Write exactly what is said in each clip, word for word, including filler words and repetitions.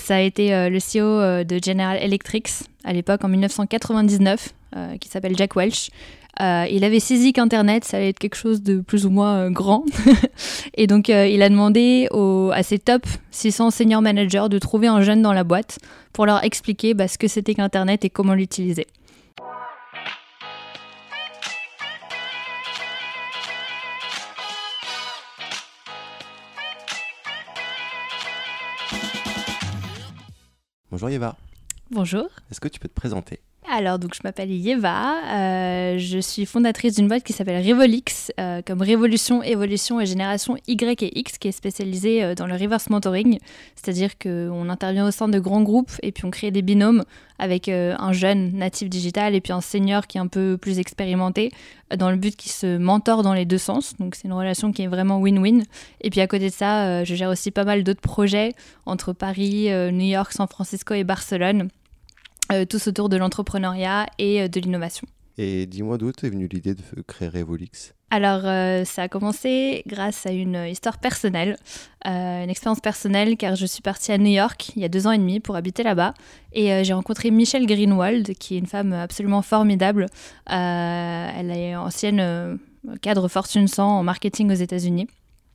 ça a été euh, le C E O euh, de General Electric à l'époque en dix-neuf cent quatre-vingt-dix-neuf, euh, qui s'appelle Jack Welch. Euh, il avait saisi qu'Internet, ça allait être quelque chose de plus ou moins euh, grand. Et donc, euh, il a demandé aux, à ses top six cents senior managers de trouver un jeune dans la boîte pour leur expliquer bah, ce que c'était qu'Internet et comment l'utiliser. Bonjour Yeva. Bonjour. Est-ce que tu peux te présenter ? Alors, donc, je m'appelle Yeva, euh, je suis fondatrice d'une boîte qui s'appelle Revolix, euh, comme Révolution, Évolution et Génération Y et X, qui est spécialisée euh, dans le reverse mentoring, c'est-à-dire qu'on intervient au sein de grands groupes et puis on crée des binômes avec euh, un jeune natif digital et puis un senior qui est un peu plus expérimenté, euh, dans le but qu'ils se mentorent dans les deux sens, donc c'est une relation qui est vraiment win-win. Et puis à côté de ça, euh, je gère aussi pas mal d'autres projets entre Paris, euh, New York, San Francisco et Barcelone, Euh, tous autour de l'entrepreneuriat et euh, de l'innovation. Et dis-moi d'où t'es venue l'idée de créer Revolix ? Alors, euh, ça a commencé grâce à une histoire personnelle, euh, une expérience personnelle, car je suis partie à New York il y a deux ans et demi pour habiter là-bas. Et euh, j'ai rencontré Michelle Greenwald, qui est une femme absolument formidable. Euh, elle est ancienne euh, cadre Fortune cent en marketing aux États-Unis.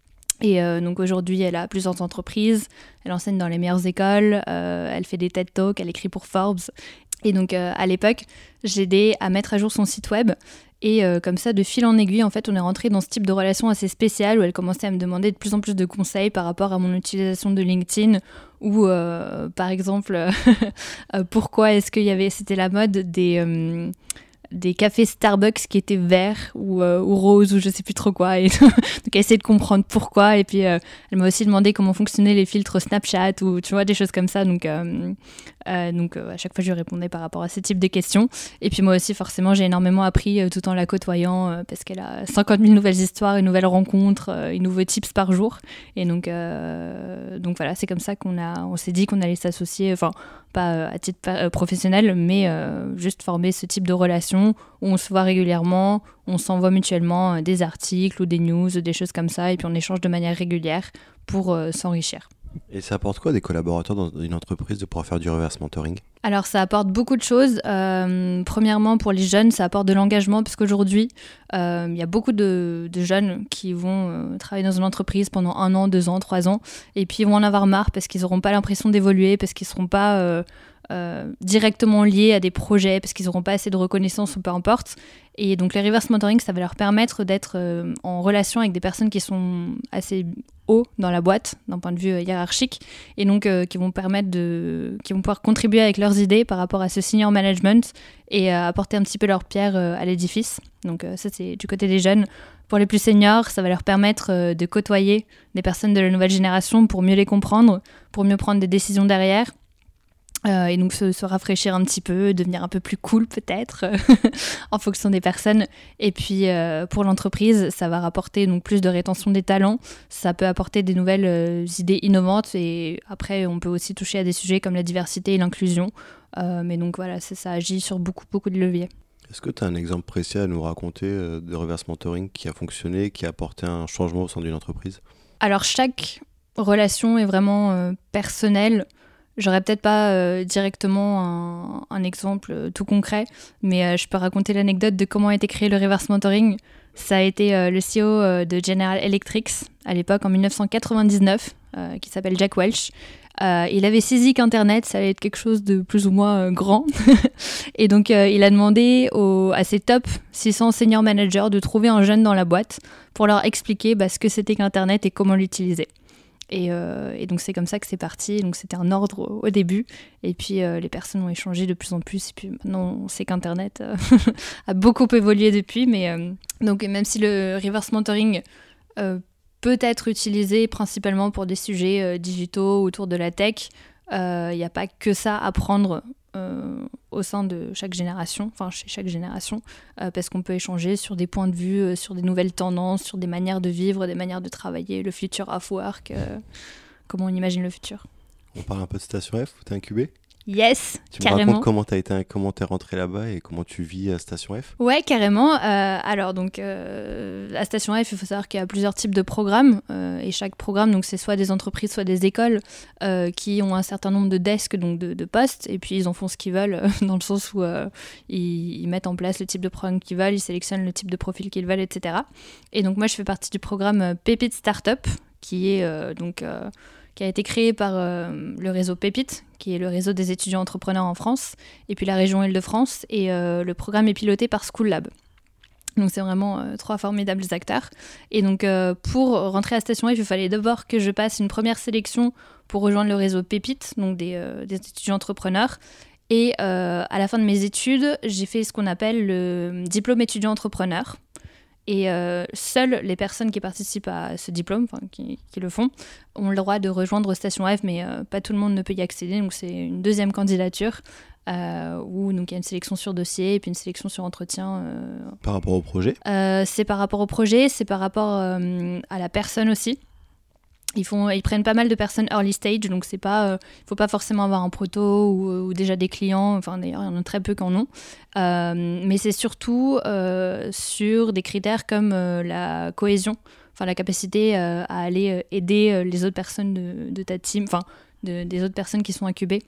Et euh, donc aujourd'hui, elle a plusieurs entreprises, elle enseigne dans les meilleures écoles, euh, elle fait des TED Talks, elle écrit pour Forbes. Et donc euh, à l'époque, j'ai aidé à mettre à jour son site web. Et euh, comme ça, de fil en aiguille, en fait, on est rentré dans ce type de relation assez spéciale où elle commençait à me demander de plus en plus de conseils par rapport à mon utilisation de LinkedIn ou, euh, par exemple, euh, pourquoi est-ce qu'il y avait, c'était la mode des... Euh, des cafés Starbucks qui étaient verts ou, euh, ou roses ou je sais plus trop quoi. Et donc, elle essayait de comprendre pourquoi. Et puis, euh, elle m'a aussi demandé comment fonctionnaient les filtres Snapchat ou tu vois, des choses comme ça. Donc, euh, euh, donc euh, à chaque fois, je lui répondais par rapport à ce type de questions. Et puis, moi aussi, forcément, j'ai énormément appris euh, tout en la côtoyant euh, parce qu'elle a cinquante mille nouvelles histoires, une nouvelle rencontre, euh, et nouveaux tips par jour. Et donc, euh, donc voilà, c'est comme ça qu'on a, on s'est dit qu'on allait s'associer, enfin, pas à titre euh, professionnel, mais euh, juste former ce type de relation où on se voit régulièrement, on s'envoie mutuellement euh, des articles ou des news, des choses comme ça, et puis on échange de manière régulière pour euh, s'enrichir. Et ça apporte quoi des collaborateurs dans une entreprise de pouvoir faire du reverse mentoring ? Alors ça apporte beaucoup de choses. Euh, premièrement, pour les jeunes, ça apporte de l'engagement parce qu'aujourd'hui, euh, il y a beaucoup de, de jeunes qui vont euh, travailler dans une entreprise pendant un an, deux ans, trois ans, et puis ils vont en avoir marre parce qu'ils n'auront pas l'impression d'évoluer, parce qu'ils ne seront pas euh, euh, directement liés à des projets, parce qu'ils n'auront pas assez de reconnaissance ou peu importe. Et donc les reverse mentoring, ça va leur permettre d'être euh, en relation avec des personnes qui sont assez haut dans la boîte, d'un point de vue euh, hiérarchique, et donc euh, qui vont permettre de, qui vont pouvoir contribuer avec leurs idées par rapport à ce senior management et euh, apporter un petit peu leur pierre euh, à l'édifice. Donc euh, ça, c'est du côté des jeunes. Pour les plus seniors, ça va leur permettre euh, de côtoyer des personnes de la nouvelle génération pour mieux les comprendre, pour mieux prendre des décisions derrière. Euh, et donc se, se rafraîchir un petit peu, devenir un peu plus cool peut-être en fonction des personnes. Et puis euh, pour l'entreprise, ça va rapporter donc plus de rétention des talents, ça peut apporter des nouvelles euh, idées innovantes et après on peut aussi toucher à des sujets comme la diversité et l'inclusion. Euh, mais donc voilà, ça, ça agit sur beaucoup, beaucoup de leviers. Est-ce que tu as un exemple précis à nous raconter euh, de reverse mentoring qui a fonctionné, qui a apporté un changement au sein d'une entreprise ? Alors chaque relation est vraiment euh, personnelle. J'aurais peut-être pas euh, directement un, un exemple euh, tout concret, mais euh, je peux raconter l'anecdote de comment a été créé le reverse mentoring. Ça a été euh, le C E O euh, de General Electric à l'époque en dix-neuf cent quatre-vingt-dix-neuf, euh, qui s'appelle Jack Welch. Euh, il avait saisi qu'Internet, ça allait être quelque chose de plus ou moins euh, grand. Et donc, euh, il a demandé aux, à ses top six cents senior managers de trouver un jeune dans la boîte pour leur expliquer bah, ce que c'était qu'Internet et comment l'utiliser. Et, euh, et donc c'est comme ça que c'est parti. Donc c'était un ordre au, au début. Et puis euh, les personnes ont échangé de plus en plus. Et puis maintenant on sait qu'Internet euh, a beaucoup évolué depuis. Mais euh, donc même si le reverse mentoring euh, peut être utilisé principalement pour des sujets euh, digitaux autour de la tech, il euh, n'y a pas que ça à prendre euh, au sein de chaque génération, enfin chez chaque génération, euh, parce qu'on peut échanger sur des points de vue, euh, sur des nouvelles tendances, sur des manières de vivre, des manières de travailler, le future of work, euh, comment on imagine le futur. On parle un peu de Station F, où t'es incubé ? Yes, Tu me carrément. racontes comment t'as été, comment t'es rentré là-bas et comment tu vis à Station F? Ouais, carrément. Euh, alors, donc, euh, à Station F, il faut savoir qu'il y a plusieurs types de programmes. Euh, et chaque programme, donc, c'est soit des entreprises, soit des écoles euh, qui ont un certain nombre de desks, donc de, de postes. Et puis, ils en font ce qu'ils veulent, euh, dans le sens où euh, ils, ils mettent en place le type de programme qu'ils veulent, ils sélectionnent le type de profil qu'ils veulent, et cetera. Et donc, moi, je fais partie du programme Pépite Startup, qui est euh, donc... Euh, qui a été créé par euh, le réseau Pépite, qui est le réseau des étudiants entrepreneurs en France, et puis la région Île-de-France, et euh, le programme est piloté par School Lab. Donc c'est vraiment euh, trois formidables acteurs. Et donc euh, pour rentrer à Station F, il fallait d'abord que je passe une première sélection pour rejoindre le réseau Pépite, donc des, euh, des étudiants entrepreneurs. Et euh, à la fin de mes études, j'ai fait ce qu'on appelle le diplôme étudiant entrepreneur. Et euh, seules les personnes qui participent à ce diplôme, enfin qui, qui le font, ont le droit de rejoindre Station F, mais euh, pas tout le monde ne peut y accéder. Donc c'est une deuxième candidature euh, où donc il y a une sélection sur dossier et puis une sélection sur entretien. Euh, Par rapport au projet euh, C'est par rapport au projet, c'est par rapport euh, à la personne aussi. Ils, font, ils prennent pas mal de personnes early stage, donc c'est pas, euh, faut pas forcément avoir un proto ou, ou déjà des clients. Enfin d'ailleurs, il y en a très peu qui en ont. Euh, mais c'est surtout euh, sur des critères comme euh, la cohésion, enfin la capacité euh, à aller euh, aider euh, les autres personnes de, de ta team, enfin de, des autres personnes qui sont incubées.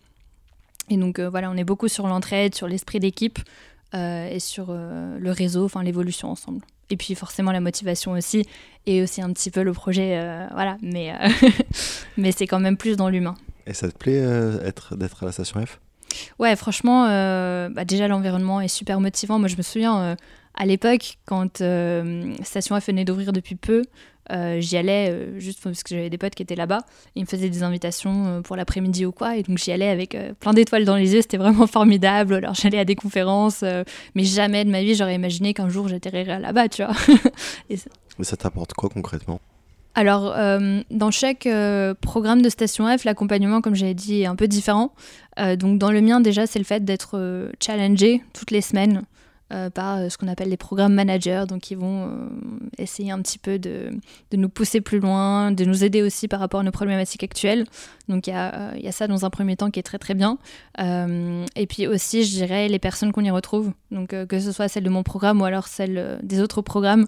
Et donc euh, voilà, on est beaucoup sur l'entraide, sur l'esprit d'équipe euh, et sur euh, le réseau, enfin l'évolution ensemble. Et puis forcément la motivation aussi, et aussi un petit peu le projet, euh, voilà, mais, euh, mais c'est quand même plus dans l'humain. Et ça te plaît euh, être, d'être à la Station F? Ouais, franchement, euh, bah déjà l'environnement est super motivant. Moi je me souviens, euh, à l'époque, quand euh, Station F venait d'ouvrir depuis peu, euh, j'y allais euh, juste parce que j'avais des potes qui étaient là-bas. Ils me faisaient des invitations euh, pour l'après-midi ou quoi, et donc j'y allais avec euh, plein d'étoiles dans les yeux, c'était vraiment formidable. Alors j'allais à des conférences, euh, mais jamais de ma vie j'aurais imaginé qu'un jour j'atterrirais là-bas, tu vois. Et ça... Mais ça t'apporte quoi concrètement? Alors, euh, dans chaque euh, programme de Station F, l'accompagnement, comme j'avais dit, est un peu différent. Euh, donc, dans le mien, déjà, c'est le fait d'être euh, challengé toutes les semaines euh, par euh, ce qu'on appelle les programmes managers. Donc, ils vont euh, essayer un petit peu de, de nous pousser plus loin, de nous aider aussi par rapport à nos problématiques actuelles. Donc, il y, euh, y a ça dans un premier temps qui est très, très bien. Euh, et puis aussi, je dirais, les personnes qu'on y retrouve. Donc, euh, que ce soit celles de mon programme ou alors celles euh, des autres programmes.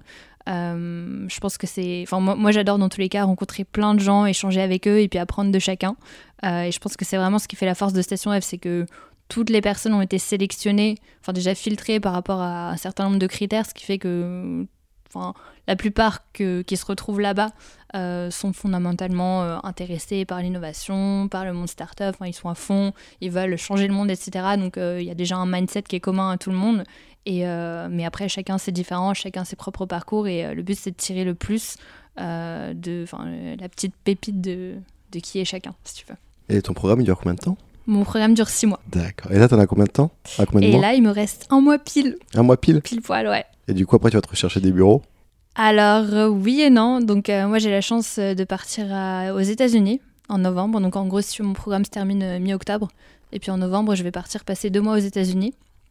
Euh, je pense que c'est... Enfin, moi, moi, j'adore dans tous les cas rencontrer plein de gens, échanger avec eux et puis apprendre de chacun. Euh, et je pense que c'est vraiment ce qui fait la force de Station F, c'est que toutes les personnes ont été sélectionnées, enfin déjà filtrées par rapport à un certain nombre de critères, ce qui fait que enfin, la plupart que, qui se retrouvent là-bas euh, sont fondamentalement euh, intéressés par l'innovation, par le monde startup, enfin, ils sont à fond, ils veulent changer le monde, et cetera. Donc il euh, y a déjà un mindset qui est commun à tout le monde. Et euh, mais après, chacun c'est différent, chacun ses propres parcours, et euh, le but c'est de tirer le plus euh, de euh, la petite pépite de, de qui est chacun, si tu veux. Et ton programme, il dure combien de temps? Mon programme dure six mois. D'accord. Et là, t'en as combien de temps? À combien de Et mois? là, il me reste un mois pile. Un mois pile? Pile poil, ouais. Et du coup, après, tu vas te rechercher des bureaux? Alors, euh, oui et non. Donc, euh, moi, j'ai la chance de partir à, aux États-Unis en novembre. Donc, en gros, si mon programme se termine euh, mi-octobre. Et puis, en novembre, je vais partir passer deux mois aux États-Unis.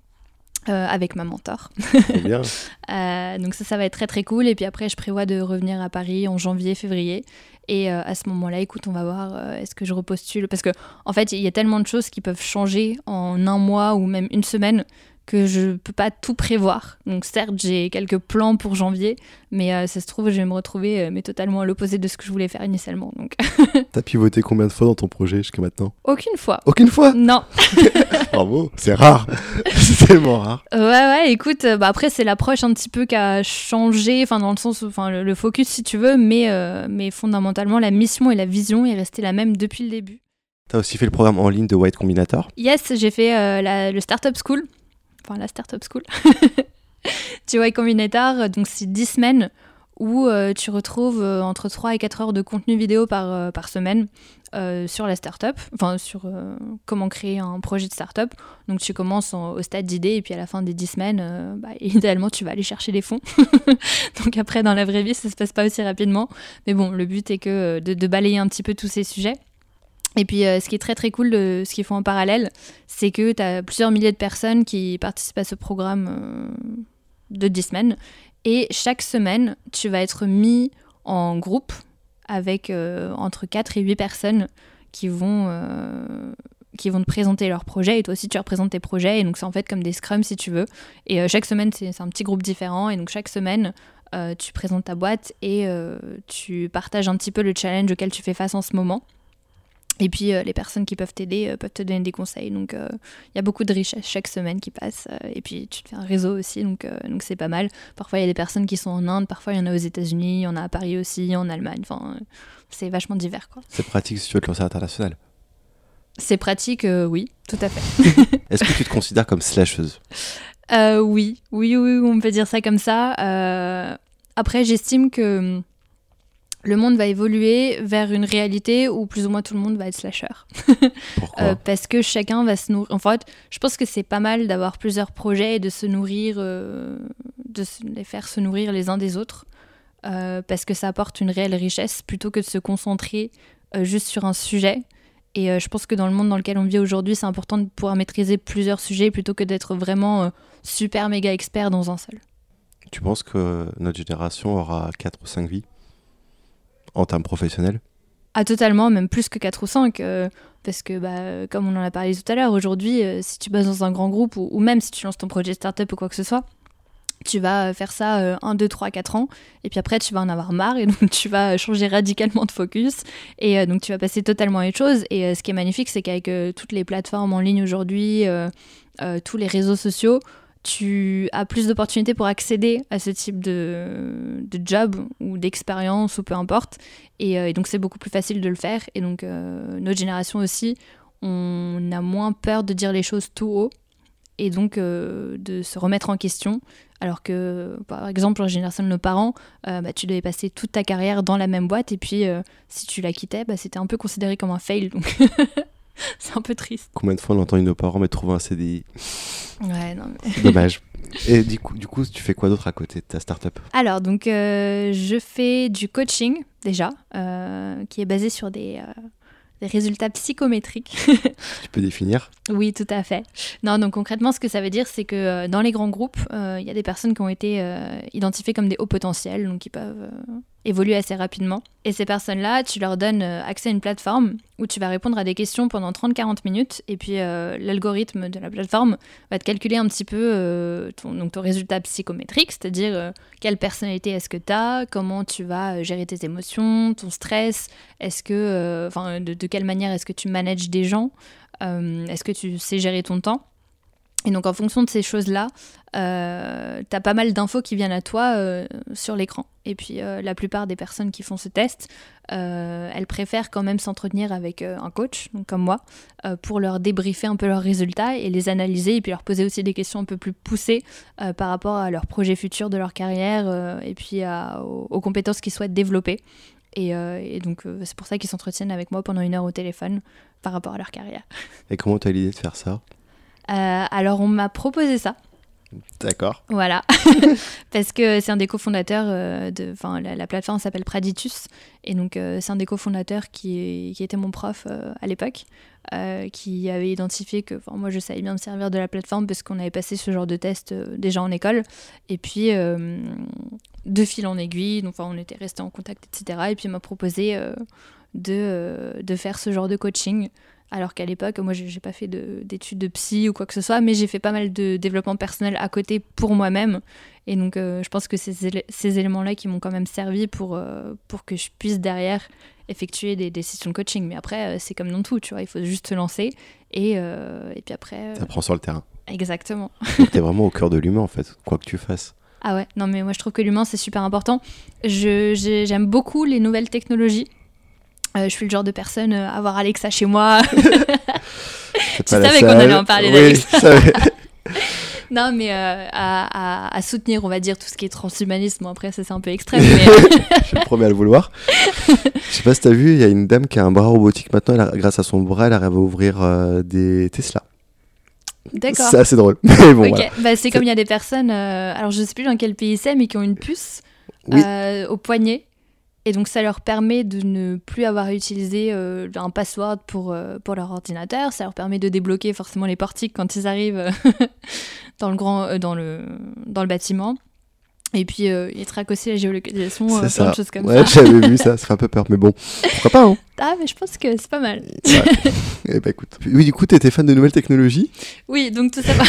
Euh, avec ma mentor. C'est bien. euh, donc ça, ça va être très très cool. Et puis après, je prévois de revenir à Paris en janvier, février. Et euh, à ce moment-là, écoute, on va voir, euh, est-ce que je repostule? Parce que en fait, il y a tellement de choses qui peuvent changer en un mois ou même une semaine que je peux pas tout prévoir. Donc certes, j'ai quelques plans pour janvier, mais euh, ça se trouve, je vais me retrouver euh, mais totalement à l'opposé de ce que je voulais faire initialement. Donc T'as pivoté combien de fois dans ton projet jusqu'à maintenant? aucune fois. Aucune fois? Non. Bravo, c'est rare. C'est tellement rare. Ouais, ouais, écoute, euh, bah après, c'est l'approche un petit peu qui a changé, enfin, dans le sens où, enfin, le, le focus, si tu veux, mais, euh, mais fondamentalement, la mission et la vision est restée la même depuis le début. T'as aussi fait le programme en ligne de White Combinator? Yes, j'ai fait euh, la, le Startup School, enfin, la Startup School, tu vois, Combinator, donc c'est dix semaines où euh, tu retrouves euh, entre trois et quatre heures de contenu vidéo par, euh, par semaine euh, sur la startup, enfin sur euh, comment créer un projet de startup. Donc tu commences en, au stade d'idée et puis à la fin des dix semaines, euh, bah, idéalement tu vas aller chercher des fonds. Donc après dans la vraie vie ça se passe pas aussi rapidement. Mais bon, le but est que de, de balayer un petit peu tous ces sujets. Et puis euh, ce qui est très très cool de ce qu'ils font en parallèle, c'est que tu as plusieurs milliers de personnes qui participent à ce programme euh, de dix semaines. Et chaque semaine, tu vas être mis en groupe avec euh, entre quatre et huit personnes qui vont, euh, qui qui vont te présenter leurs projets et toi aussi tu leur présentes tes projets. Et donc c'est en fait comme des scrums si tu veux. Et euh, chaque semaine c'est, c'est un petit groupe différent. Et donc chaque semaine euh, tu présentes ta boîte et euh, tu partages un petit peu le challenge auquel tu fais face en ce moment. Et puis euh, les personnes qui peuvent t'aider euh, peuvent te donner des conseils. Donc il euh, y a beaucoup de richesse chaque semaine qui passe. Euh, et puis tu te fais un réseau aussi, donc, euh, donc c'est pas mal. Parfois il y a des personnes qui sont en Inde, parfois il y en a aux États-Unis, il y en a à Paris aussi, en Allemagne. Enfin, euh, c'est vachement divers, quoi. C'est pratique si tu veux te lancer à l'international. C'est pratique, euh, oui, tout à fait. Est-ce que tu te considères comme slasheuse ? euh, oui. oui, oui, oui, on peut dire ça comme ça. Euh, après, j'estime que le monde va évoluer vers une réalité où plus ou moins tout le monde va être slasher. Pourquoi ? euh, Parce que chacun va se nourrir. En fait, je pense que c'est pas mal d'avoir plusieurs projets et de se nourrir, euh, de se... les faire se nourrir les uns des autres, euh, parce que ça apporte une réelle richesse plutôt que de se concentrer euh, juste sur un sujet. Et euh, je pense que dans le monde dans lequel on vit aujourd'hui, c'est important de pouvoir maîtriser plusieurs sujets plutôt que d'être vraiment euh, super méga expert dans un seul. Tu penses que notre génération aura quatre ou cinq vies ? En termes professionnels ? Ah, totalement, même plus que quatre ou cinq, euh, parce que, bah, comme on en a parlé tout à l'heure, aujourd'hui, euh, si tu bosses dans un grand groupe, ou, ou même si tu lances ton projet startup ou quoi que ce soit, tu vas faire ça euh, un, deux, trois, quatre ans, et puis après, tu vas en avoir marre, et donc tu vas changer radicalement de focus, et euh, donc tu vas passer totalement à autre chose. Et euh, ce qui est magnifique, c'est qu'avec euh, toutes les plateformes en ligne aujourd'hui, euh, euh, tous les réseaux sociaux, tu as plus d'opportunités pour accéder à ce type de, de job ou d'expérience ou peu importe. Et, euh, et donc, c'est beaucoup plus facile de le faire. Et donc, euh, notre génération aussi, on a moins peur de dire les choses tout haut et donc euh, de se remettre en question. Alors que, par exemple, en génération de nos parents, euh, bah, tu devais passer toute ta carrière dans la même boîte et puis euh, si tu la quittais, bah, c'était un peu considéré comme un fail. Donc... c'est un peu triste. Combien de fois on entend nos parents mais trouver un C D I ? Ouais, non mais... C'est dommage. Et du coup, du coup, tu fais quoi d'autre à côté de ta start-up ? Alors, donc, euh, je fais du coaching, déjà, euh, qui est basé sur des, euh, des résultats psychométriques. Tu peux définir ? Oui, tout à fait. Non, donc concrètement, ce que ça veut dire, c'est que euh, dans les grands groupes, il euh, y a des personnes qui ont été euh, identifiées comme des hauts potentiels, donc qui peuvent euh, évoluer assez rapidement. Et ces personnes-là, tu leur donnes euh, accès à une plateforme où tu vas répondre à des questions pendant trente à quarante minutes, et puis euh, l'algorithme de la plateforme va te calculer un petit peu euh, ton, donc ton résultat psychométrique, c'est-à-dire euh, quelle personnalité est-ce que tu as, comment tu vas gérer tes émotions, ton stress, est-ce que, enfin, euh, de, de quelle manière est-ce que tu manages des gens. Euh, est-ce que tu sais gérer ton temps ? Et donc en fonction de ces choses-là, euh, tu as pas mal d'infos qui viennent à toi euh, sur l'écran. Et puis euh, la plupart des personnes qui font ce test, euh, elles préfèrent quand même s'entretenir avec euh, un coach, donc comme moi, euh, pour leur débriefer un peu leurs résultats et les analyser, et puis leur poser aussi des questions un peu plus poussées euh, par rapport à leurs projets futurs de leur carrière euh, et puis à, aux, aux compétences qu'ils souhaitent développer. Et, euh, et donc euh, c'est pour ça qu'ils s'entretiennent avec moi pendant une heure au téléphone par rapport à leur carrière. Et comment tu as l'idée de faire ça ? euh, Alors on m'a proposé ça. D'accord. Voilà, parce que c'est un des cofondateurs, euh, de, enfin la, la plateforme s'appelle Praditus, et donc euh, c'est un des cofondateurs qui, qui était mon prof euh, à l'époque, euh, qui avait identifié que moi je savais bien me servir de la plateforme parce qu'on avait passé ce genre de test euh, déjà en école, et puis euh, de fil en aiguille, donc on était restés en contact, et cetera. Et puis il m'a proposé euh, de, euh, de faire ce genre de coaching. Alors qu'à l'époque, moi, j'ai pas fait de, d'études de psy ou quoi que ce soit, mais j'ai fait pas mal de développement personnel à côté pour moi-même. Et donc, euh, je pense que c'est ces, ces éléments-là qui m'ont quand même servi pour, euh, pour que je puisse derrière effectuer des, des sessions de coaching. Mais après, euh, c'est comme dans tout, tu vois, il faut juste se lancer. Et, euh, et puis après... Euh... T'apprends sur le terrain. Exactement. Donc, t'es vraiment au cœur de l'humain, en fait, quoi que tu fasses. Ah ouais, non mais moi, je trouve que l'humain, c'est super important. Je, j'ai, j'aime beaucoup les nouvelles technologies. Euh, je suis le genre de personne à avoir Alexa chez moi. Tu savais qu'on allait en parler, oui, d'Alexa. Non, mais euh, à, à, à soutenir, on va dire, tout ce qui est transhumanisme. Bon, après, ça, c'est un peu extrême. Mais... je me promets à le vouloir. Je sais pas si t'as vu, il y a une dame qui a un bras robotique maintenant. Elle a, grâce à son bras, elle arrive à ouvrir euh, des Tesla. D'accord. C'est assez drôle. Mais bon, okay. voilà. Bah, c'est comme il y a des personnes, euh, alors je sais plus dans quel pays c'est, mais qui ont une puce oui. euh, au poignet. Et donc, ça leur permet de ne plus avoir à utiliser euh, un password pour, euh, pour leur ordinateur. Ça leur permet de débloquer forcément les portiques quand ils arrivent dans, le grand, euh, dans, le, dans le bâtiment. Et puis, euh, il traque aussi la géolocalisation, euh, C'est plein ça. de choses comme Ouais, ça. j'avais vu ça, ça fait un peu peur, mais bon, pourquoi pas, hein. Ah, mais je pense que c'est pas mal. Ouais. Eh ben écoute. Oui, du coup, t'étais fan de nouvelles technologies? Oui, donc tout ça va.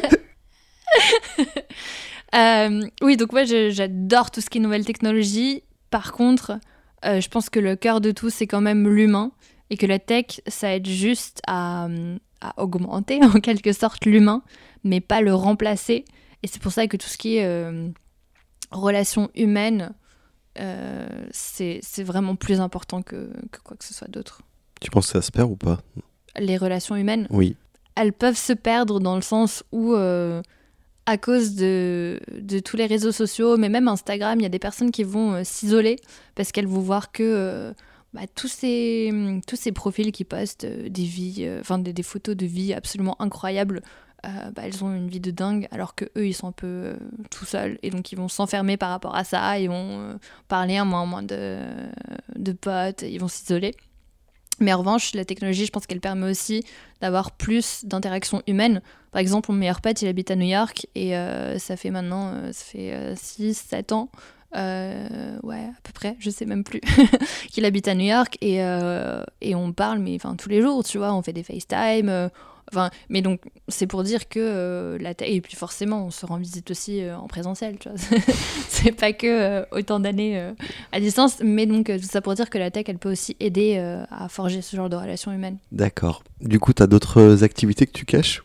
Euh, oui, donc moi, je- j'adore tout ce qui est nouvelles technologies. Par contre, euh, je pense que le cœur de tout, c'est quand même l'humain. Et que la tech, ça aide juste à, à augmenter, en quelque sorte, l'humain, mais pas le remplacer. Et c'est pour ça que tout ce qui est euh, relations humaines, euh, c'est c'est vraiment plus important que, que quoi que ce soit d'autre. Tu penses que ça se perd ou pas? Les relations humaines, Oui. elles peuvent se perdre dans le sens où, euh, à cause de, de tous les réseaux sociaux, mais même Instagram, il y a des personnes qui vont euh, s'isoler parce qu'elles vont voir que euh, bah, tous, ces, tous ces profils qui postent euh, des vies, euh, enfin des, des photos de vie absolument incroyables, euh, bah, elles ont une vie de dingue alors que eux ils sont un peu euh, tout seuls et donc ils vont s'enfermer par rapport à ça, ils vont euh, parler un moins, moins de, de potes, ils vont s'isoler. Mais en revanche, la technologie, je pense qu'elle permet aussi d'avoir plus d'interactions humaines. Par exemple, mon meilleur pote, il habite à New York et euh, ça fait maintenant euh, ça fait euh, six sept ans, euh, ouais, à peu près, je sais même plus, qu'il habite à New York et, euh, et on parle, mais enfin tous les jours, tu vois, on fait des FaceTime. euh, Enfin, mais donc, c'est pour dire que euh, la tech. Et puis forcément, on se rend visite aussi euh, en présentiel, tu vois. C'est pas que euh, autant d'années euh, à distance. Mais donc, euh, tout ça pour dire que la tech, elle peut aussi aider euh, à forger ce genre de relations humaines. D'accord. Du coup, t'as d'autres activités que tu caches?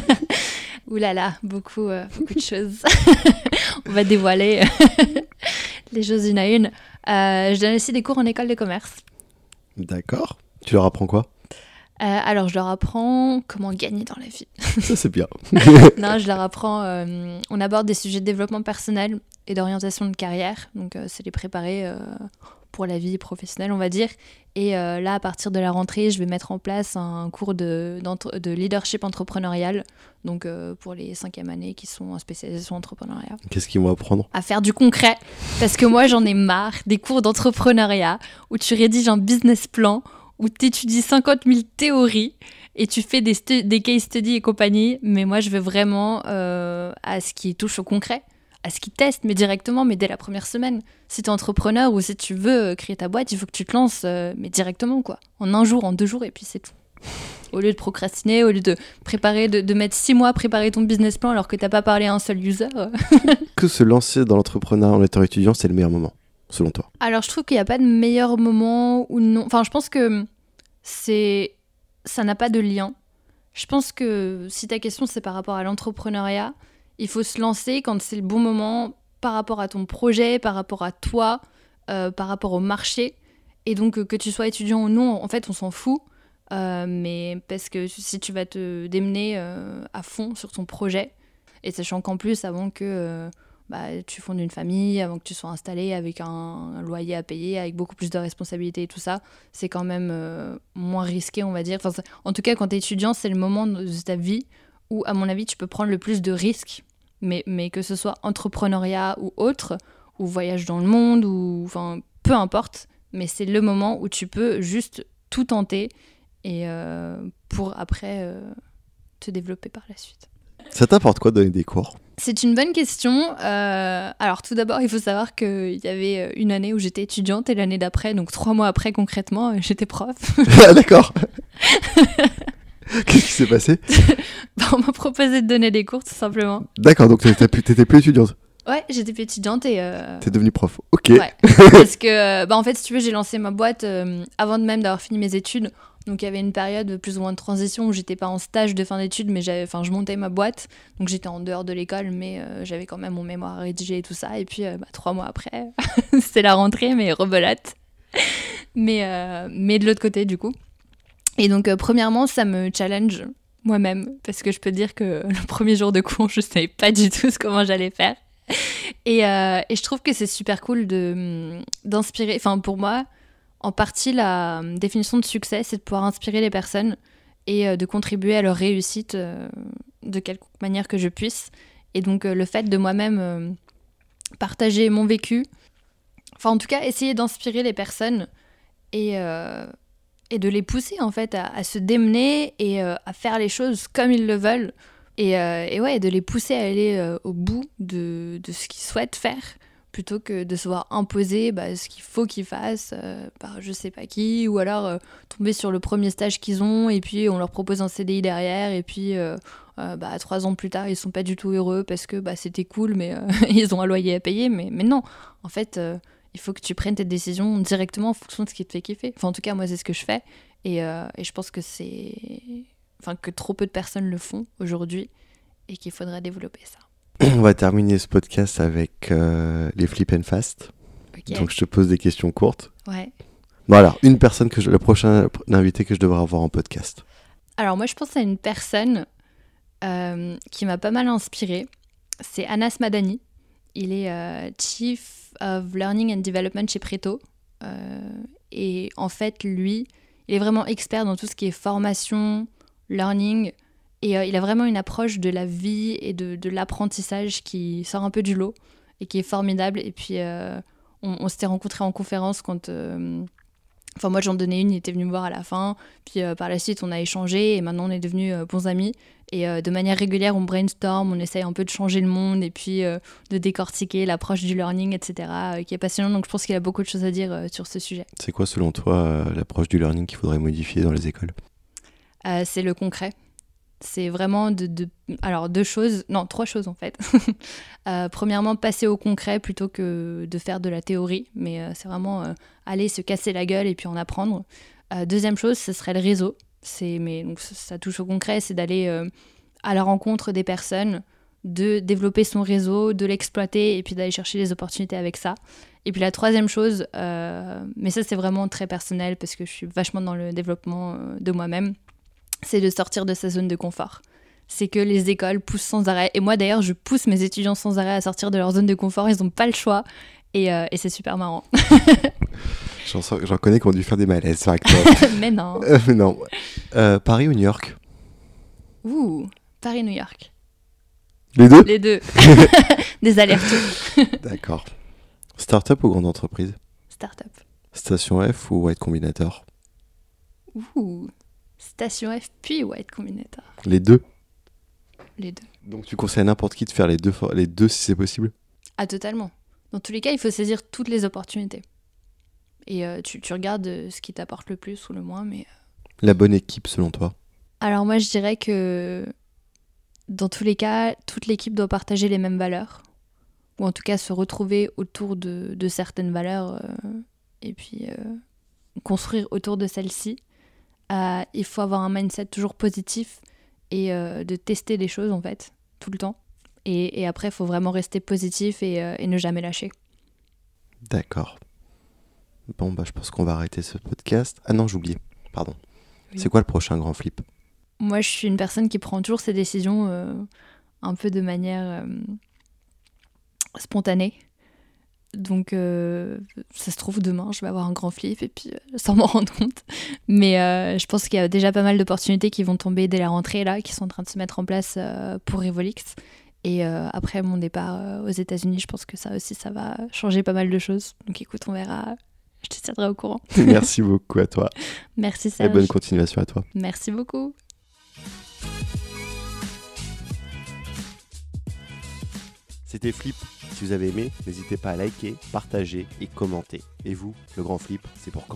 Ouh là là, beaucoup, euh, beaucoup de choses. On va dévoiler les choses une à une. Euh, je donne aussi des cours en école de commerce. D'accord. Tu leur apprends quoi? Euh, alors, je leur apprends comment gagner dans la vie. Ça, c'est bien. Non, je leur apprends. Euh, on aborde des sujets de développement personnel et d'orientation de carrière. Donc, euh, c'est les préparer euh, pour la vie professionnelle, on va dire. Et euh, là, à partir de la rentrée, je vais mettre en place un cours de, de leadership entrepreneurial. Donc, euh, pour les cinquième années qui sont en spécialisation entrepreneuriat. Qu'est-ce qu'ils vont apprendre? À faire du concret. Parce que moi, j'en ai marre des cours d'entrepreneuriat où tu rédiges un business plan, où tu étudies cinquante mille théories et tu fais des, stu- des case studies et compagnie. Mais moi, je veux vraiment euh, à ce qui touche au concret, à ce qui teste, mais directement, mais dès la première semaine. Si tu es entrepreneur ou si tu veux créer ta boîte, il faut que tu te lances, euh, mais directement, quoi. En un jour, en deux jours, et puis c'est tout. Au lieu de procrastiner, au lieu de préparer, de, de mettre six mois à préparer ton business plan alors que t'as pas parlé à un seul user. Que se lancer dans l'entrepreneuriat en étant étudiant, c'est le meilleur moment, selon toi? Alors, je trouve qu'il n'y a pas de meilleur moment ou non. Enfin, je pense que c'est... ça n'a pas de lien. Je pense que si ta question, c'est par rapport à l'entrepreneuriat, il faut se lancer quand c'est le bon moment par rapport à ton projet, par rapport à toi, euh, par rapport au marché. Et donc, que tu sois étudiant ou non, en fait, on s'en fout. Euh, mais parce que si tu vas te démener euh, à fond sur ton projet, et sachant qu'en plus, avant que... Euh, Bah, tu fondes une famille, avant que tu sois installé avec un, un loyer à payer, avec beaucoup plus de responsabilités et tout ça, c'est quand même euh, moins risqué, on va dire. Enfin, en tout cas, quand tu es étudiant, c'est le moment de ta vie où, à mon avis, tu peux prendre le plus de risques, mais, mais que ce soit entrepreneuriat ou autre, ou voyage dans le monde, ou enfin, peu importe, mais c'est le moment où tu peux juste tout tenter et euh, pour après euh, te développer par la suite. Ça t'apporte quoi de donner des cours? C'est une bonne question. Euh, alors tout d'abord, il faut savoir qu'il y avait une année où j'étais étudiante et l'année d'après, donc trois mois après concrètement, j'étais prof. Ah d'accord. Qu'est-ce qui s'est passé? Bah, on m'a proposé de donner des cours tout simplement. D'accord, donc t'étais plus, t'étais plus étudiante? Ouais, j'étais plus étudiante et... Euh... T'es devenue prof, ok. Ouais, parce que, bah, en fait, si tu veux, j'ai lancé ma boîte euh, avant de même d'avoir fini mes études. Donc il y avait une période plus ou moins de transition où j'étais pas en stage de fin d'études, mais j'avais, enfin, je montais ma boîte. Donc j'étais en dehors de l'école, mais euh, j'avais quand même mon mémoire à rédiger et tout ça. Et puis euh, bah, trois mois après, c'était la rentrée, mais rebelote. mais, euh, mais de l'autre côté, du coup. Et donc, euh, premièrement, ça me challenge moi-même, parce que je peux te dire que le premier jour de cours, je savais pas du tout ce comment j'allais faire. Et, euh, et je trouve que c'est super cool de, d'inspirer, enfin pour moi, en partie, la définition de succès, c'est de pouvoir inspirer les personnes et euh, de contribuer à leur réussite euh, de quelque manière que je puisse. Et donc, euh, le fait de moi-même euh, partager mon vécu, enfin, en tout cas, essayer d'inspirer les personnes et, euh, et de les pousser, en fait, à, à se démener et euh, à faire les choses comme ils le veulent, Et, euh, et ouais, de les pousser à aller euh, au bout de, de ce qu'ils souhaitent faire, plutôt que de se voir imposer bah, ce qu'il faut qu'ils fassent euh, par je sais pas qui, ou alors euh, tomber sur le premier stage qu'ils ont, et puis on leur propose un C D I derrière, et puis euh, euh, bah, trois ans plus tard, ils sont pas du tout heureux parce que bah, c'était cool, mais euh, ils ont un loyer à payer. Mais, mais non, en fait, euh, il faut que tu prennes tes décisions directement en fonction de ce qui te fait kiffer. Enfin, en tout cas, moi, c'est ce que je fais, et, euh, et je pense que c'est... Enfin, que trop peu de personnes le font aujourd'hui, et qu'il faudrait développer ça. On va terminer ce podcast avec euh, les flip and fast. Okay. Donc je te pose des questions courtes. Ouais. Voilà, une personne que je, le prochain invité que je devrais avoir en podcast. Alors moi je pense à une personne euh, qui m'a pas mal inspirée. C'est Anas Madani. Il est euh, Chief of Learning and Development chez Preto. Euh, et en fait lui, il est vraiment expert dans tout ce qui est formation, learning. Et euh, il a vraiment une approche de la vie et de, de l'apprentissage qui sort un peu du lot et qui est formidable. Et puis, euh, on, on s'était rencontrés en conférence quand... Euh, enfin, moi, j'en donnais une, il était venu me voir à la fin. Puis, euh, par la suite, on a échangé et maintenant, on est devenus euh, bons amis. Et euh, de manière régulière, on brainstorm, on essaye un peu de changer le monde et puis euh, de décortiquer l'approche du learning, et cetera, euh, qui est passionnant. Donc, je pense qu'il a beaucoup de choses à dire euh, sur ce sujet. C'est quoi, selon toi, euh, l'approche du learning qu'il faudrait modifier dans les écoles ? euh, C'est le concret. C'est vraiment de, de... Alors, deux choses... Non, trois choses, en fait. euh, premièrement, passer au concret plutôt que de faire de la théorie. Mais euh, c'est vraiment euh, aller se casser la gueule et puis en apprendre. Euh, deuxième chose, ce serait le réseau. C'est... Mais, donc, ça, ça touche au concret. C'est d'aller euh, à la rencontre des personnes, de développer son réseau, de l'exploiter et puis d'aller chercher des opportunités avec ça. Et puis la troisième chose, euh, mais ça, c'est vraiment très personnel parce que je suis vachement dans le développement euh, de moi-même, c'est de sortir de sa zone de confort. C'est que les écoles poussent sans arrêt. Et moi, d'ailleurs, je pousse mes étudiants sans arrêt à sortir de leur zone de confort. Ils n'ont pas le choix. Et, euh, et c'est super marrant. j'en, sens, j'en connais qui ont dû faire des malaises avec toi. Mais non. Euh, mais non. Euh, Paris ou New York ? Ouh, Paris-New York. Les deux ? Les deux. Des allers-retours. D'accord. Start-up ou grande entreprise ? Start-up. Station F ou White Combinator ? Ouh. Station F puis White Combinator. Les deux ? Les deux. Donc tu conseilles à n'importe qui de faire les deux, les deux si c'est possible ? Ah, totalement. Dans tous les cas, il faut saisir toutes les opportunités. Et euh, tu, tu regardes ce qui t'apporte le plus ou le moins, mais... La bonne équipe, selon toi ? Alors moi, je dirais que dans tous les cas, toute l'équipe doit partager les mêmes valeurs. Ou en tout cas se retrouver autour de, de certaines valeurs euh, et puis euh, construire autour de celles-ci. Euh, il faut avoir un mindset toujours positif et euh, de tester des choses en fait, tout le temps. Et, et après, il faut vraiment rester positif et, euh, et ne jamais lâcher. D'accord. Bon, bah je pense qu'on va arrêter ce podcast. Ah non, j'ai oublié. Pardon. Oui. C'est quoi le prochain grand flip ? Moi, je suis une personne qui prend toujours ses décisions euh, un peu de manière euh, spontanée. Donc, euh, ça se trouve, demain, je vais avoir un grand flip et puis euh, sans m'en rendre compte. Mais euh, je pense qu'il y a déjà pas mal d'opportunités qui vont tomber dès la rentrée, là, qui sont en train de se mettre en place euh, pour Revolix. Et euh, après mon départ euh, aux États-Unis, je pense que ça aussi, ça va changer pas mal de choses. Donc, écoute, on verra. Je te tiendrai au courant. Merci beaucoup à toi. Merci, Serge. Et bonne continuation à toi. Merci beaucoup. C'était Flip. Si vous avez aimé, n'hésitez pas à liker, partager et commenter. Et vous, le grand flip, c'est pour quand ?